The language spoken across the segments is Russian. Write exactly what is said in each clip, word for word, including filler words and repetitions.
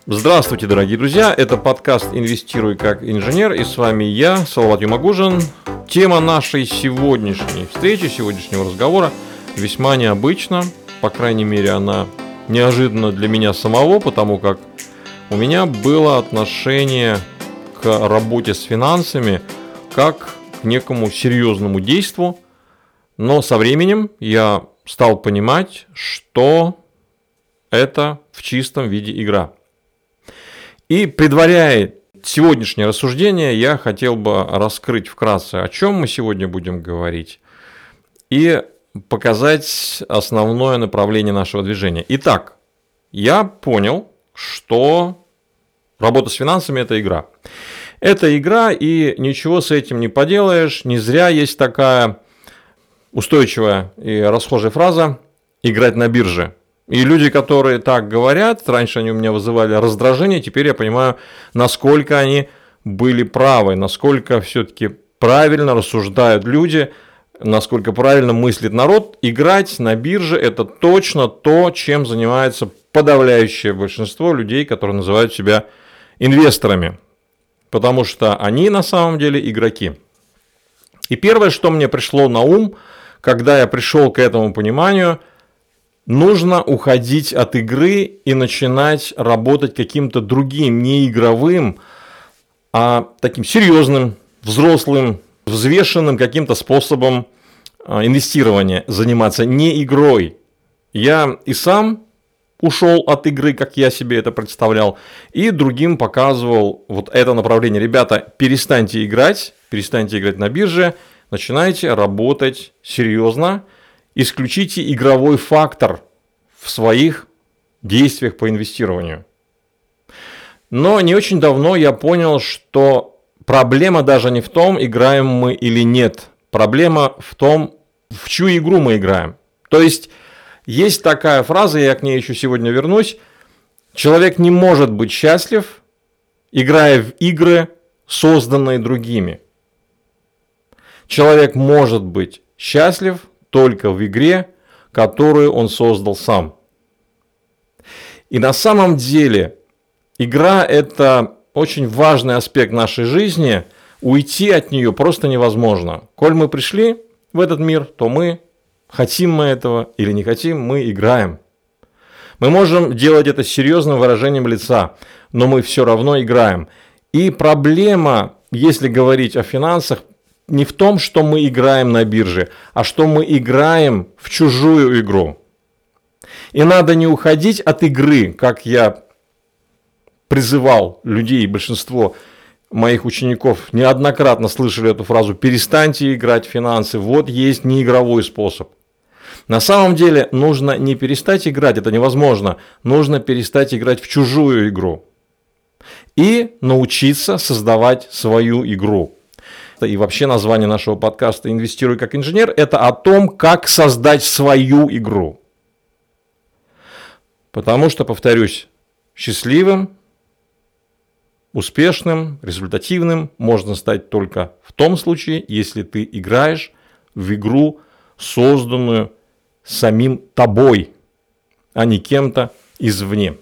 Здравствуйте, дорогие друзья, это подкаст «Инвестируй как инженер», и с вами я, Салават Юмагужин. Тема нашей сегодняшней встречи, сегодняшнего разговора весьма необычна, по крайней мере, она неожиданна для меня самого, потому как у меня было отношение к работе с финансами как к некому серьезному действу, но со временем я стал понимать, что это в чистом виде игра. И предваряя сегодняшнее рассуждение, я хотел бы раскрыть вкратце, о чем мы сегодня будем говорить, и показать основное направление нашего движения. Итак, я понял, что работа с финансами – это игра. Это игра, и ничего с этим не поделаешь. Не зря есть такая устойчивая и расхожая фраза «играть на бирже». И люди, которые так говорят, раньше они у меня вызывали раздражение, теперь я понимаю, насколько они были правы, насколько все-таки правильно рассуждают люди, насколько правильно мыслит народ. Играть на бирже – это точно то, чем занимается подавляющее большинство людей, которые называют себя инвесторами, потому что они на самом деле игроки. И первое, что мне пришло на ум, когда я пришел к этому пониманию – нужно уходить от игры и начинать работать каким-то другим, не игровым, а таким серьезным, взрослым, взвешенным каким-то способом инвестирования, заниматься не игрой. Я и сам ушел от игры, как я себе это представлял, и другим показывал вот это направление. Ребята, перестаньте играть, перестаньте играть на бирже, начинайте работать серьезно. Исключите игровой фактор в своих действиях по инвестированию. Но не очень давно я понял, что проблема даже не в том, играем мы или нет. Проблема в том, в чью игру мы играем. То есть, есть такая фраза, я к ней еще сегодня вернусь. Человек не может быть счастлив, играя в игры, созданные другими. Человек может быть счастлив только в игре, которую он создал сам. И на самом деле игра – это очень важный аспект нашей жизни. Уйти от нее просто невозможно. Коль мы пришли в этот мир, то мы, хотим мы этого или не хотим, мы играем. Мы можем делать это с серьезным выражением лица, но мы все равно играем. И проблема, если говорить о финансах, не в том, что мы играем на бирже, а что мы играем в чужую игру. И надо не уходить от игры, как я призывал людей, большинство моих учеников неоднократно слышали эту фразу «перестаньте играть в финансы, вот есть неигровой способ». На самом деле нужно не перестать играть, это невозможно, нужно перестать играть в чужую игру и научиться создавать свою игру. И вообще название нашего подкаста «Инвестируй как инженер» – это о том, как создать свою игру. Потому что, повторюсь, счастливым, успешным, результативным можно стать только в том случае, если ты играешь в игру, созданную самим тобой, а не кем-то извне.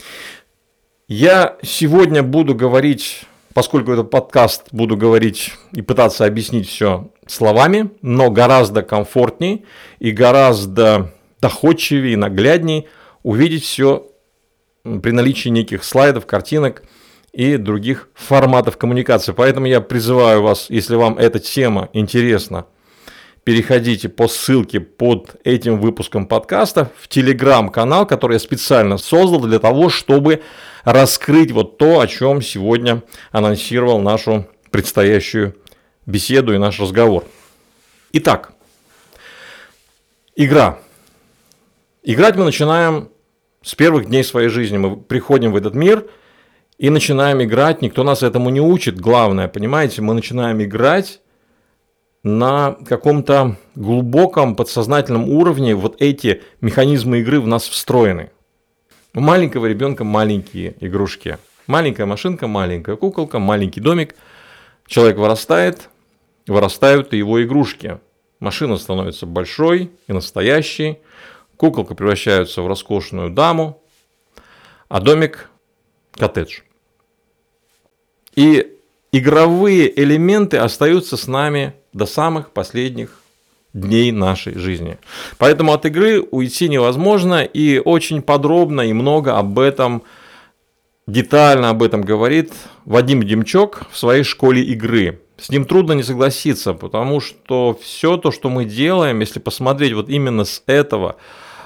Я сегодня буду говорить... Поскольку это подкаст, буду говорить и пытаться объяснить все словами, но гораздо комфортнее и гораздо доходчивее и нагляднее увидеть все при наличии неких слайдов, картинок и других форматов коммуникации. Поэтому я призываю вас, если вам эта тема интересна, переходите по ссылке под этим выпуском подкаста в телеграм-канал, который я специально создал для того, чтобы раскрыть вот то, о чем сегодня анонсировал нашу предстоящую беседу и наш разговор. Итак, игра. Играть мы начинаем с первых дней своей жизни. Мы приходим в этот мир и начинаем играть. Никто нас этому не учит. Главное, понимаете, мы начинаем играть на каком-то глубоком подсознательном уровне. Вот эти механизмы игры в нас встроены. У маленького ребенка маленькие игрушки. Маленькая машинка, маленькая куколка, маленький домик. Человек вырастает, вырастают и его игрушки. Машина становится большой и настоящей. Куколка превращается в роскошную даму. А домик коттедж. И игровые элементы остаются с нами до самых последних дней нашей жизни. Поэтому от игры уйти невозможно, и очень подробно и много об этом, детально об этом говорит Вадим Демчок в своей школе игры. С ним трудно не согласиться, потому что все то, что мы делаем, если посмотреть вот именно с этого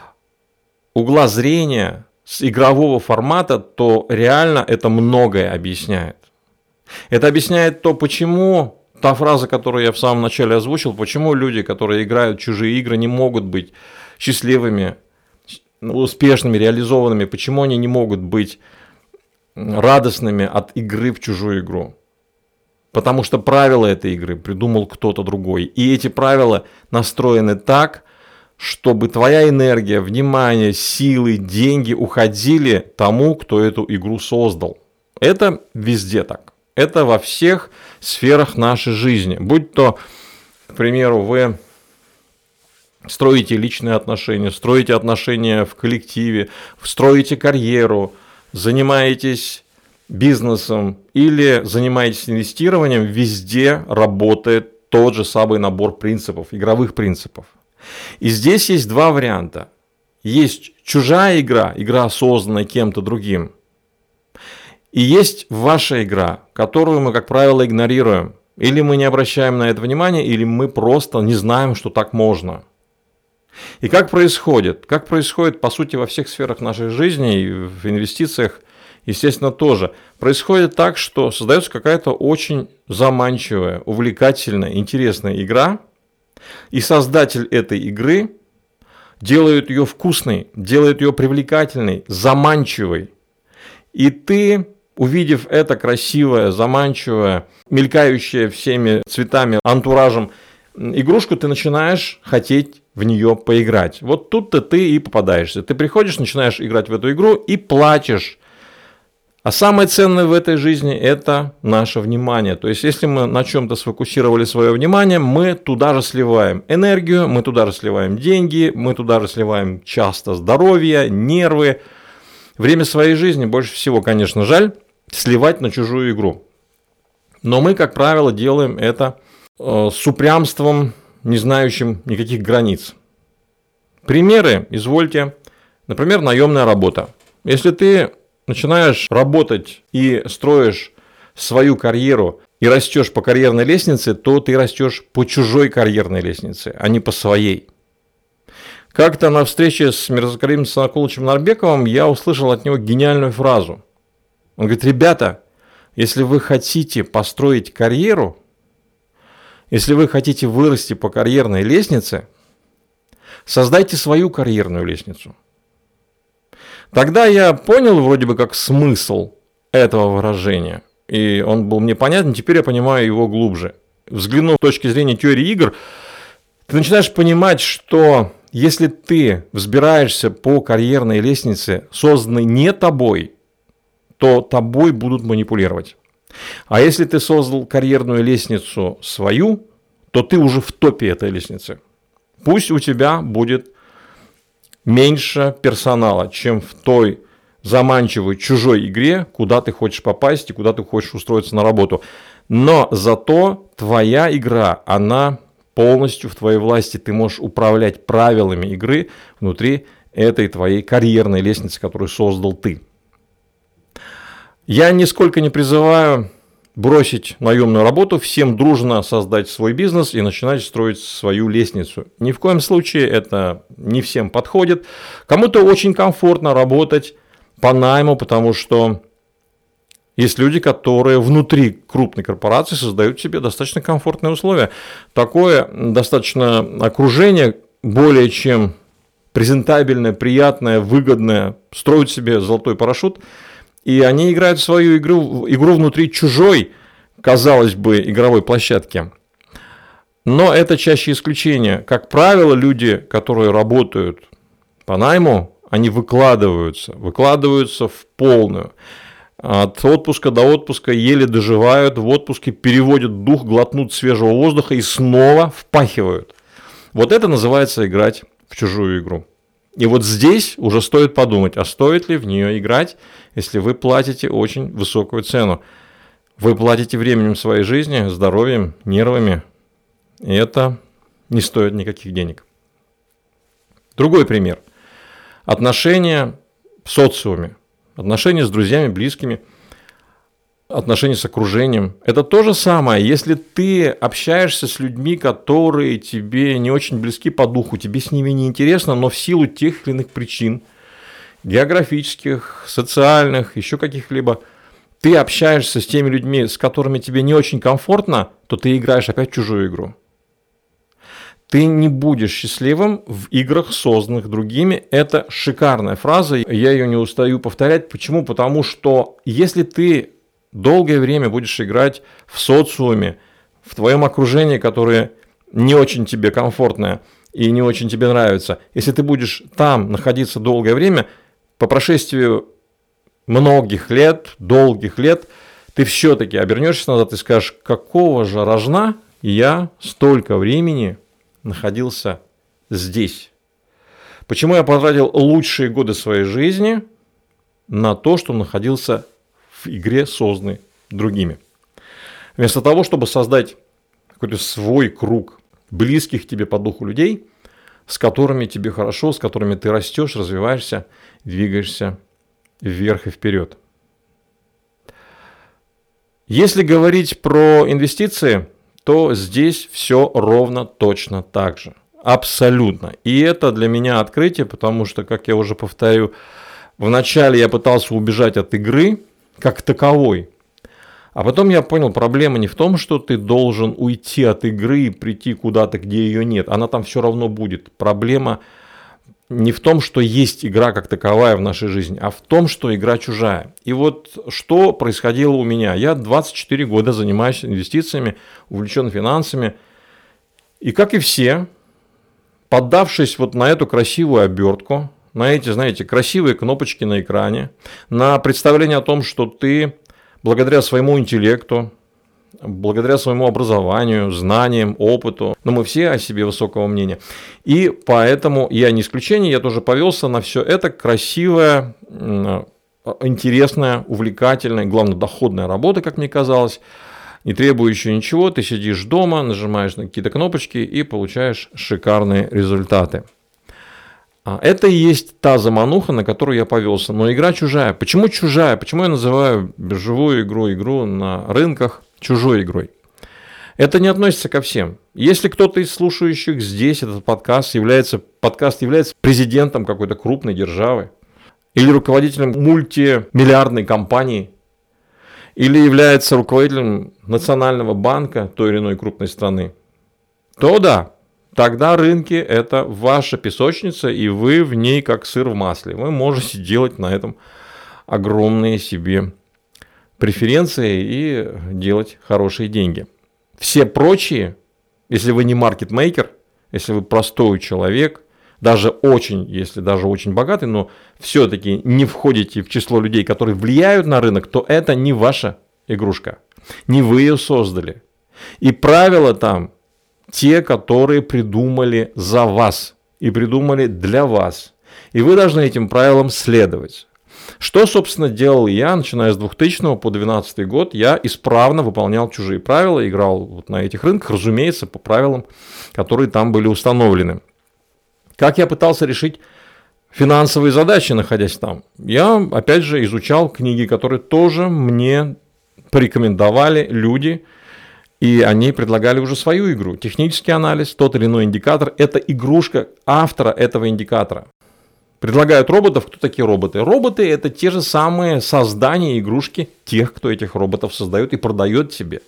угла зрения, с игрового формата, то реально это многое объясняет. Это объясняет то, почему та фраза, которую я в самом начале озвучил, почему люди, которые играют в чужие игры, не могут быть счастливыми, успешными, реализованными, почему они не могут быть радостными от игры в чужую игру. Потому что правила этой игры придумал кто-то другой. И эти правила настроены так, чтобы твоя энергия, внимание, силы, деньги уходили тому, кто эту игру создал. Это везде так. Это во всех сферах нашей жизни. Будь то, к примеру, вы строите личные отношения, строите отношения в коллективе, строите карьеру, занимаетесь бизнесом или занимаетесь инвестированием, везде работает тот же самый набор принципов, игровых принципов. И здесь есть два варианта. Есть чужая игра, игра, созданная кем-то другим. И есть ваша игра, которую мы, как правило, игнорируем. Или мы не обращаем на это внимания, или мы просто не знаем, что так можно. И как происходит? Как происходит, по сути, во всех сферах нашей жизни, и в инвестициях, естественно, тоже. Происходит так, что создается какая-то очень заманчивая, увлекательная, интересная игра, и создатель этой игры делает ее вкусной, делает ее привлекательной, заманчивой. И ты, увидев это красивое, заманчивое, мелькающее всеми цветами, антуражем игрушку, ты начинаешь хотеть в нее поиграть. Вот тут-то ты и попадаешься. Ты приходишь, начинаешь играть в эту игру и плачешь. А самое ценное в этой жизни – это наше внимание. То есть, если мы на чем-то сфокусировали свое внимание, мы туда же сливаем энергию, мы туда же сливаем деньги, мы туда же сливаем часто здоровье, нервы. Время своей жизни больше всего, конечно, жаль сливать на чужую игру. Но мы, как правило, делаем это э, с упрямством, не знающим никаких границ. Примеры, извольте. Например, наемная работа. Если ты начинаешь работать и строишь свою карьеру и растешь по карьерной лестнице, то ты растешь по чужой карьерной лестнице, а не по своей. Как-то на встрече с Мирзакаримом Санакуловичем Нарбековым я услышал от него гениальную фразу. Он говорит: ребята, если вы хотите построить карьеру, если вы хотите вырасти по карьерной лестнице, создайте свою карьерную лестницу. Тогда я понял вроде бы как смысл этого выражения, и он был мне понятен, теперь я понимаю его глубже. Взглянув с точки зрения теории игр, ты начинаешь понимать, что если ты взбираешься по карьерной лестнице, созданной не тобой, то тобой будут манипулировать. А если ты создал карьерную лестницу свою, то ты уже в топе этой лестницы. Пусть у тебя будет меньше персонала, чем в той заманчивой чужой игре, куда ты хочешь попасть и куда ты хочешь устроиться на работу. Но зато твоя игра, она полностью в твоей власти. Ты можешь управлять правилами игры внутри этой твоей карьерной лестницы, которую создал ты. Я нисколько не призываю бросить наемную работу, всем дружно создать свой бизнес и начинать строить свою лестницу. Ни в коем случае это не всем подходит. Кому-то очень комфортно работать по найму, потому что есть люди, которые внутри крупной корпорации создают себе достаточно комфортные условия. Такое достаточно окружение, более чем презентабельное, приятное, выгодное, строят себе золотой парашют. И они играют в свою игру, игру внутри чужой, казалось бы, игровой площадки. Но это чаще исключение. Как правило, люди, которые работают по найму, они выкладываются, выкладываются в полную. От отпуска до отпуска еле доживают, в отпуске переводят дух, глотнут свежего воздуха и снова впахивают. Вот это называется играть в чужую игру. И вот здесь уже стоит подумать, а стоит ли в нее играть, если вы платите очень высокую цену. Вы платите временем своей жизни, здоровьем, нервами. И это не стоит никаких денег. Другой пример. Отношения в социуме. Отношения с друзьями, близкими. Отношения с окружением. Это то же самое. Если ты общаешься с людьми, которые тебе не очень близки по духу, тебе с ними не интересно, но в силу тех или иных причин, географических, социальных, еще каких-либо, ты общаешься с теми людьми, с которыми тебе не очень комфортно, то ты играешь опять в чужую игру. Ты не будешь счастливым в играх, созданных другими. Это шикарная фраза, я ее не устаю повторять. Почему? Потому что если ты долгое время будешь играть в социуме, в твоем окружении, которое не очень тебе комфортное и не очень тебе нравится, если ты будешь там находиться долгое время, по прошествию многих лет, долгих лет, ты все-таки обернешься назад и скажешь, какого же рожна я столько времени находился здесь? Почему я потратил лучшие годы своей жизни на то, что находился в игре, созданной другими? Вместо того, чтобы создать какой-то свой круг близких тебе по духу людей, с которыми тебе хорошо, с которыми ты растешь, развиваешься, двигаешься вверх и вперед. Если говорить про инвестиции, то здесь все ровно точно так же. Абсолютно. И это для меня открытие, потому что, как я уже повторю, вначале я пытался убежать от игры как таковой. А потом я понял, проблема не в том, что ты должен уйти от игры и прийти куда-то, где ее нет. Она там все равно будет. Проблема не в том, что есть игра как таковая в нашей жизни, а в том, что игра чужая. И вот что происходило у меня. Я двадцать четыре года занимаюсь инвестициями, увлечен финансами. И как и все, поддавшись вот на эту красивую обертку, на эти, знаете, красивые кнопочки на экране, на представление о том, что ты благодаря своему интеллекту, благодаря своему образованию, знаниям, опыту, но мы все о себе высокого мнения. И поэтому я не исключение, я тоже повелся на все это красивое, интересная, увлекательная, главное, доходная работа, как мне казалось, не требующая ничего. Ты сидишь дома, нажимаешь на какие-то кнопочки и получаешь шикарные результаты. Это и есть та замануха, на которую я повелся. Но игра чужая. Почему чужая? Почему я называю биржевую игру, игру на рынках чужой игрой? Это не относится ко всем. Если кто-то из слушающих здесь этот подкаст является, подкаст является президентом какой-то крупной державы, или руководителем мультимиллиардной компании, или является руководителем национального банка той или иной крупной страны, то да, тогда рынки – это ваша песочница, и вы в ней как сыр в масле. Вы можете делать на этом огромные себе преференции и делать хорошие деньги. Все прочие, если вы не маркетмейкер, если вы простой человек, даже очень, если даже очень богатый, но все-таки не входите в число людей, которые влияют на рынок, то это не ваша игрушка. Не вы ее создали. И правила там те, которые придумали за вас и придумали для вас. И вы должны этим правилам следовать. Что, собственно, делал я, начиная с двухтысячного по две тысячи двенадцатый год, я исправно выполнял чужие правила, играл вот на этих рынках, разумеется, по правилам, которые там были установлены. Как я пытался решить финансовые задачи, находясь там? Я, опять же, изучал книги, которые тоже мне порекомендовали люди, и они предлагали уже свою игру. Технический анализ, тот или иной индикатор – это игрушка автора этого индикатора. Предлагают роботов. Кто такие роботы? Роботы – это те же самые создания игрушки тех, кто этих роботов создает и продает тебе.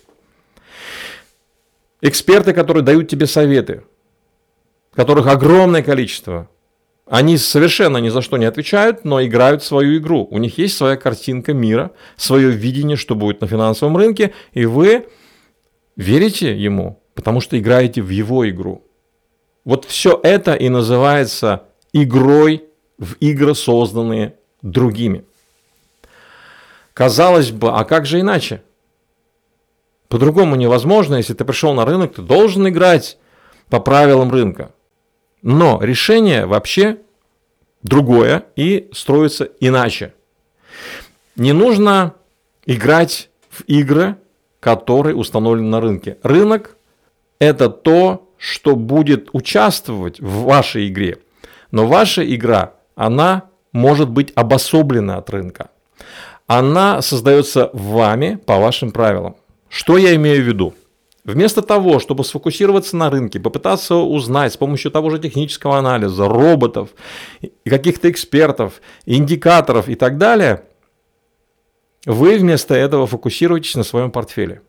Эксперты, которые дают тебе советы, которых огромное количество, они совершенно ни за что не отвечают, но играют свою игру. У них есть своя картинка мира, свое видение, что будет на финансовом рынке, и вы верите ему, потому что играете в его игру. Вот все это и называется игрой в игры, созданные другими. Казалось бы, а как же иначе? По-другому невозможно. Если ты пришел на рынок, ты должен играть по правилам рынка. Но решение вообще другое и строится иначе. Не нужно играть в игры, которые установлены на рынке. Рынок – это то, что будет участвовать в вашей игре. Но ваша игра, она может быть обособлена от рынка. Она создается вами по вашим правилам. Что я имею в виду? Вместо того, чтобы сфокусироваться на рынке, попытаться узнать с помощью того же технического анализа, роботов, каких-то экспертов, индикаторов и так далее, вы вместо этого фокусируетесь на своем портфеле.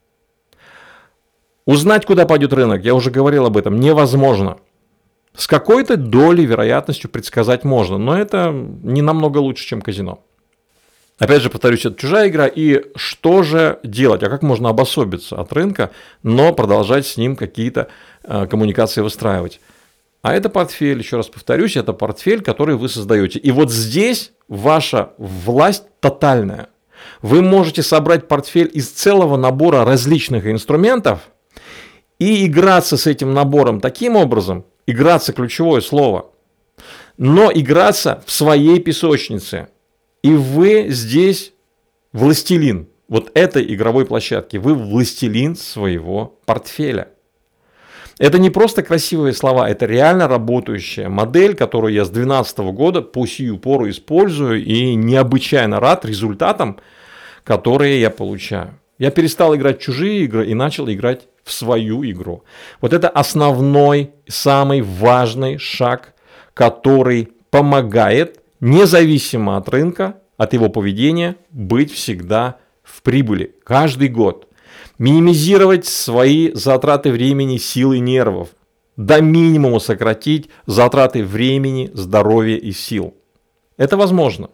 Узнать, куда пойдет рынок, я уже говорил об этом, невозможно. С какой-то долей вероятностью предсказать можно, но это не намного лучше, чем казино. Опять же, повторюсь, это чужая игра, и что же делать? А как можно обособиться от рынка, но продолжать с ним какие-то э, коммуникации выстраивать? А это портфель, еще раз повторюсь, это портфель, который вы создаете. И вот здесь ваша власть тотальная. Вы можете собрать портфель из целого набора различных инструментов и играться с этим набором таким образом, играться ключевое слово, но играться в своей песочнице. И вы здесь властелин вот этой игровой площадки. Вы властелин своего портфеля. Это не просто красивые слова, это реально работающая модель, которую я с две тысячи двенадцатого года по сию пору использую и необычайно рад результатам, которые я получаю. Я перестал играть в чужие игры и начал играть в свою игру. Вот это основной, самый важный шаг, который помогает, независимо от рынка, от его поведения, быть всегда в прибыли. Каждый год. Минимизировать свои затраты времени, сил и нервов. До минимума сократить затраты времени, здоровья и сил. Это возможно.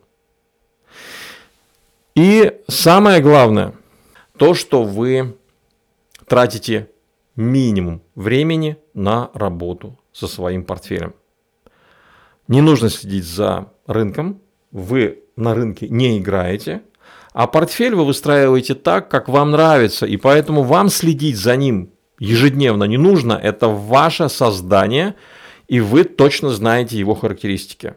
И самое главное, то, что вы тратите минимум времени на работу со своим портфелем. Не нужно следить за рынком, вы на рынке не играете, а портфель вы выстраиваете так, как вам нравится, и поэтому вам следить за ним ежедневно не нужно, это ваше создание, и вы точно знаете его характеристики.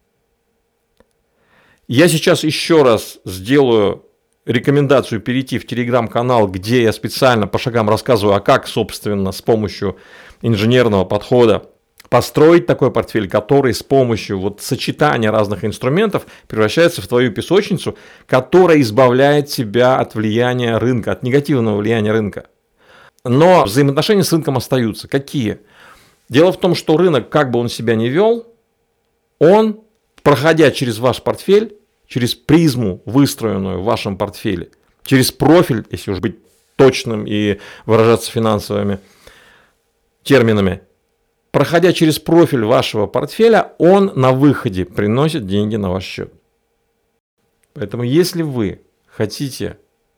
Я сейчас еще раз сделаю рекомендацию перейти в телеграм-канал, где я специально по шагам рассказываю, а как, собственно, с помощью инженерного подхода построить такой портфель, который с помощью вот сочетания разных инструментов превращается в твою песочницу, которая избавляет тебя от влияния рынка, от негативного влияния рынка. Но взаимоотношения с рынком остаются. Какие? Дело в том, что рынок, как бы он себя ни вел, он, проходя через ваш портфель, через призму, выстроенную в вашем портфеле, через профиль, если уж быть точным и выражаться финансовыми терминами, проходя через профиль вашего портфеля, он на выходе приносит деньги на ваш счет. Поэтому если вы хотите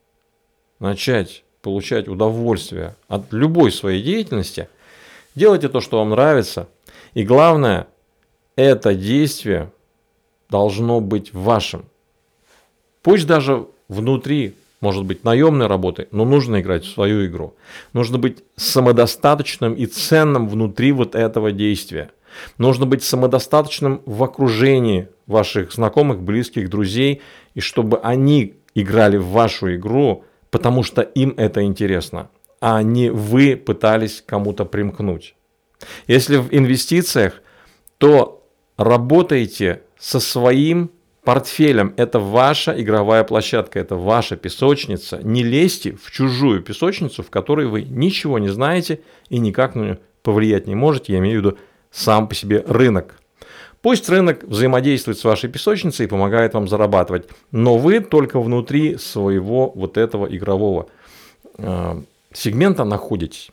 начать получать удовольствие от любой своей деятельности, делайте то, что вам нравится. И главное, это действие должно быть вашим. Пусть даже внутри, может быть, наемной работы, но нужно играть в свою игру. Нужно быть самодостаточным и ценным внутри вот этого действия. Нужно быть самодостаточным в окружении ваших знакомых, близких, друзей, и чтобы они играли в вашу игру, потому что им это интересно, а не вы пытались кому-то примкнуть. Если в инвестициях, то работайте со своим портфелем. Это ваша игровая площадка, это ваша песочница. Не лезьте в чужую песочницу, в которой вы ничего не знаете и никак на нее повлиять не можете. Я имею в виду сам по себе рынок. Пусть рынок взаимодействует с вашей песочницей и помогает вам зарабатывать, но вы только внутри своего вот этого игрового э, сегмента находитесь.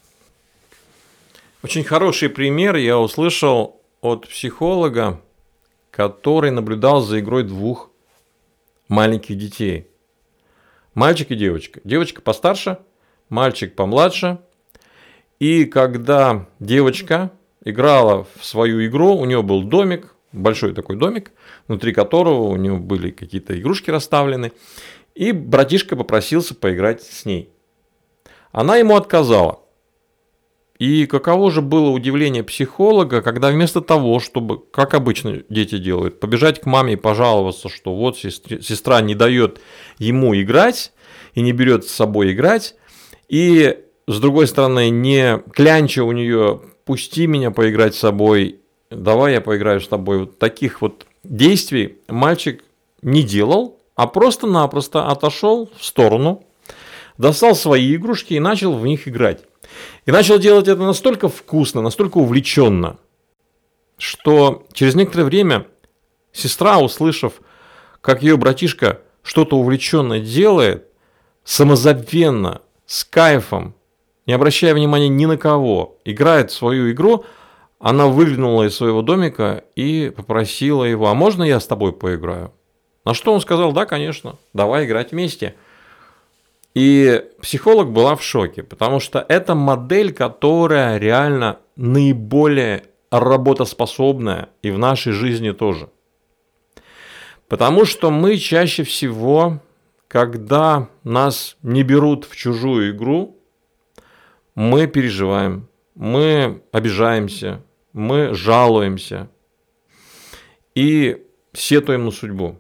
Очень хороший пример я услышал от психолога, который наблюдал за игрой двух маленьких детей. Мальчик и девочка. Девочка постарше, мальчик помладше. И когда девочка играла в свою игру, у нее был домик, большой такой домик, внутри которого у нее были какие-то игрушки расставлены. И братишка попросился поиграть с ней. Она ему отказала. И каково же было удивление психолога, когда вместо того, чтобы, как обычно дети делают, побежать к маме и пожаловаться, что вот сестра не дает ему играть и не берет с собой играть, и с другой стороны, не клянча у нее, пусти меня поиграть с собой, давай я поиграю с тобой. Вот таких вот действий мальчик не делал, а просто-напросто отошел в сторону, достал свои игрушки и начал в них играть. И начал делать это настолько вкусно, настолько увлеченно, что через некоторое время сестра, услышав, как ее братишка что-то увлеченно делает, самозабвенно, с кайфом, не обращая внимания ни на кого, играет в свою игру, она выглянула из своего домика и попросила его: а можно я с тобой поиграю? На что он сказал: да, конечно, давай играть вместе. И психолог была в шоке, потому что это модель, которая реально наиболее работоспособная и в нашей жизни тоже. Потому что мы чаще всего, когда нас не берут в чужую игру, мы переживаем, мы обижаемся, мы жалуемся и сетуем на судьбу.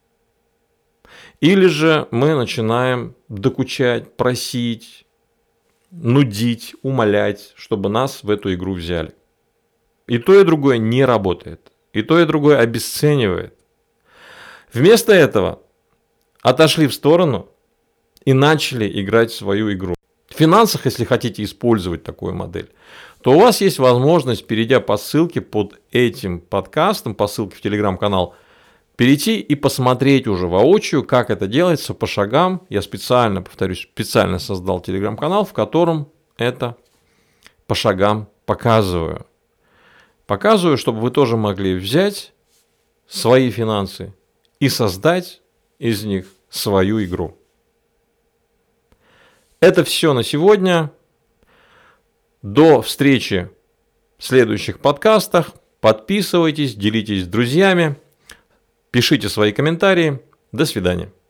Или же мы начинаем докучать, просить, нудить, умолять, чтобы нас в эту игру взяли. И то, и другое не работает. И то, и другое обесценивает. Вместо этого отошли в сторону и начали играть в свою игру. В финансах, если хотите использовать такую модель, то у вас есть возможность, перейдя по ссылке под этим подкастом, по ссылке в телеграм-канал, перейти и посмотреть уже воочию, как это делается по шагам. Я специально, повторюсь, специально создал телеграм-канал, в котором это по шагам показываю. Показываю, чтобы вы тоже могли взять свои финансы и создать из них свою игру. Это все на сегодня. До встречи в следующих подкастах. Подписывайтесь, делитесь с друзьями. Пишите свои комментарии. До свидания.